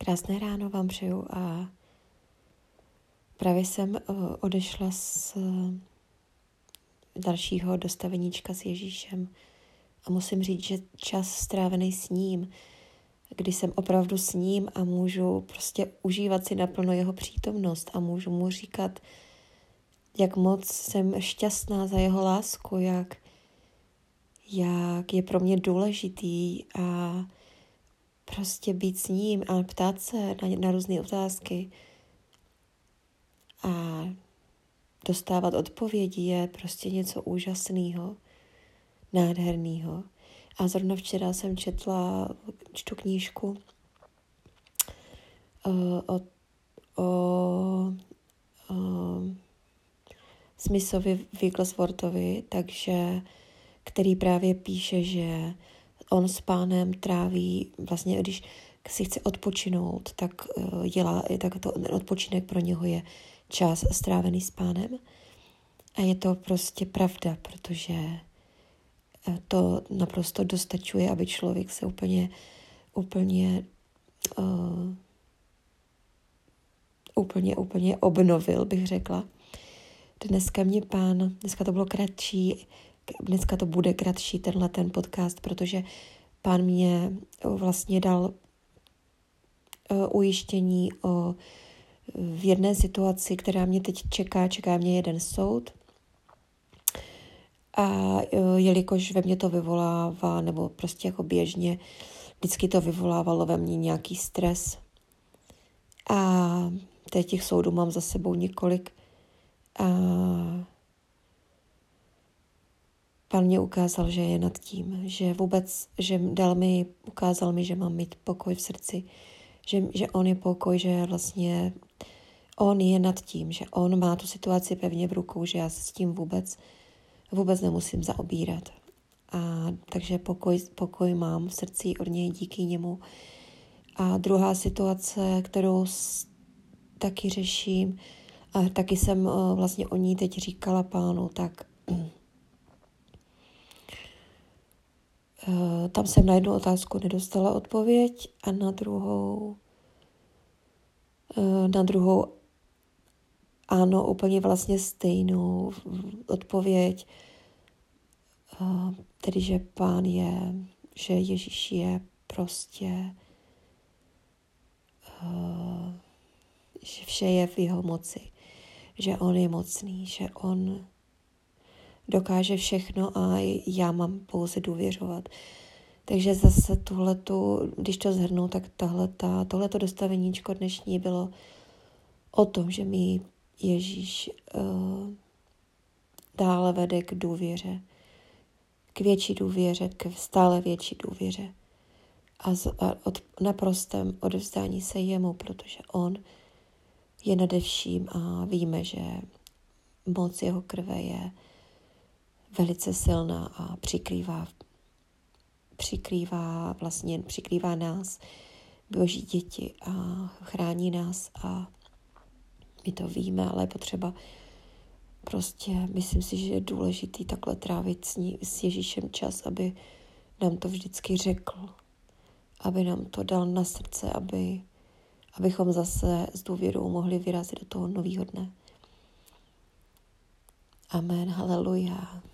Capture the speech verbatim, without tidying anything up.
Krásné ráno vám přeju a právě jsem odešla z dalšího dostaveníčka s Ježíšem a musím říct, že čas strávený s ním, kdy jsem opravdu s ním a můžu prostě užívat si naplno jeho přítomnost a můžu mu říkat, jak moc jsem šťastná za jeho lásku, jak, jak je pro mě důležitý a prostě být s ním a ptát se na, na různé otázky a dostávat odpovědi je prostě něco úžasného, nádherného. A zrovna včera jsem četla, čtu knížku uh, o, o, o Smithovi Wigglesworthovi, takže, který právě píše, že on s pánem tráví, vlastně když si chce odpočinout, tak dělá, tak to odpočinek pro něho je čas strávený s pánem. A je to prostě pravda, protože to naprosto dostačuje, aby člověk se úplně, úplně, uh, úplně, úplně obnovil, bych řekla. Dneska mě pán, dneska to bylo kratší, dneska to bude kratší tenhle ten podcast, protože pán mě vlastně dal uh, ujištění o v jedné situaci, která mě teď čeká, čeká mě jeden soud. A jelikož ve mně to vyvolává, nebo prostě jako běžně, vždycky to vyvolávalo ve mně nějaký stres. A teď těch soudů mám za sebou několik. A pán mě ukázal, že je nad tím, že vůbec, že dal mi, ukázal mi, že mám mít pokoj v srdci, že, že on je pokoj, že vlastně on je nad tím, že on má tu situaci pevně v rukou, že já se s tím vůbec, vůbec nemusím zaobírat. A takže pokoj, pokoj mám v srdci od něj díky němu. A druhá situace, kterou taky řeším, a taky jsem vlastně o ní teď říkala pánu, tak tam jsem na jednu otázku nedostala odpověď a na druhou na druhou ano, úplně vlastně stejnou odpověď, tedy, že pán je, že Ježíš je prostě, že vše je v jeho moci, že on je mocný, že on dokáže všechno a já mám pouze důvěřovat. Takže zase tuhletu, když to shrnu, tak tahleta, tohleto dostaveníčko dnešní bylo o tom, že mi Ježíš uh, dále vede k důvěře, k větší důvěře, k stále větší důvěře a, z, a od naprostém odevzdání se jemu, protože on je nade vším a víme, že moc jeho krve je velice silná a přikrývá, přikrývá vlastně, přikrývá nás, Boží děti a chrání nás a my to víme, ale je potřeba prostě, myslím si, že je důležitý takhle trávit s, ní, s Ježíšem čas, aby nám to vždycky řekl, aby nám to dal na srdce, aby, abychom zase s důvěrou mohli vyrazit do toho nového dne. Amen, haleluja.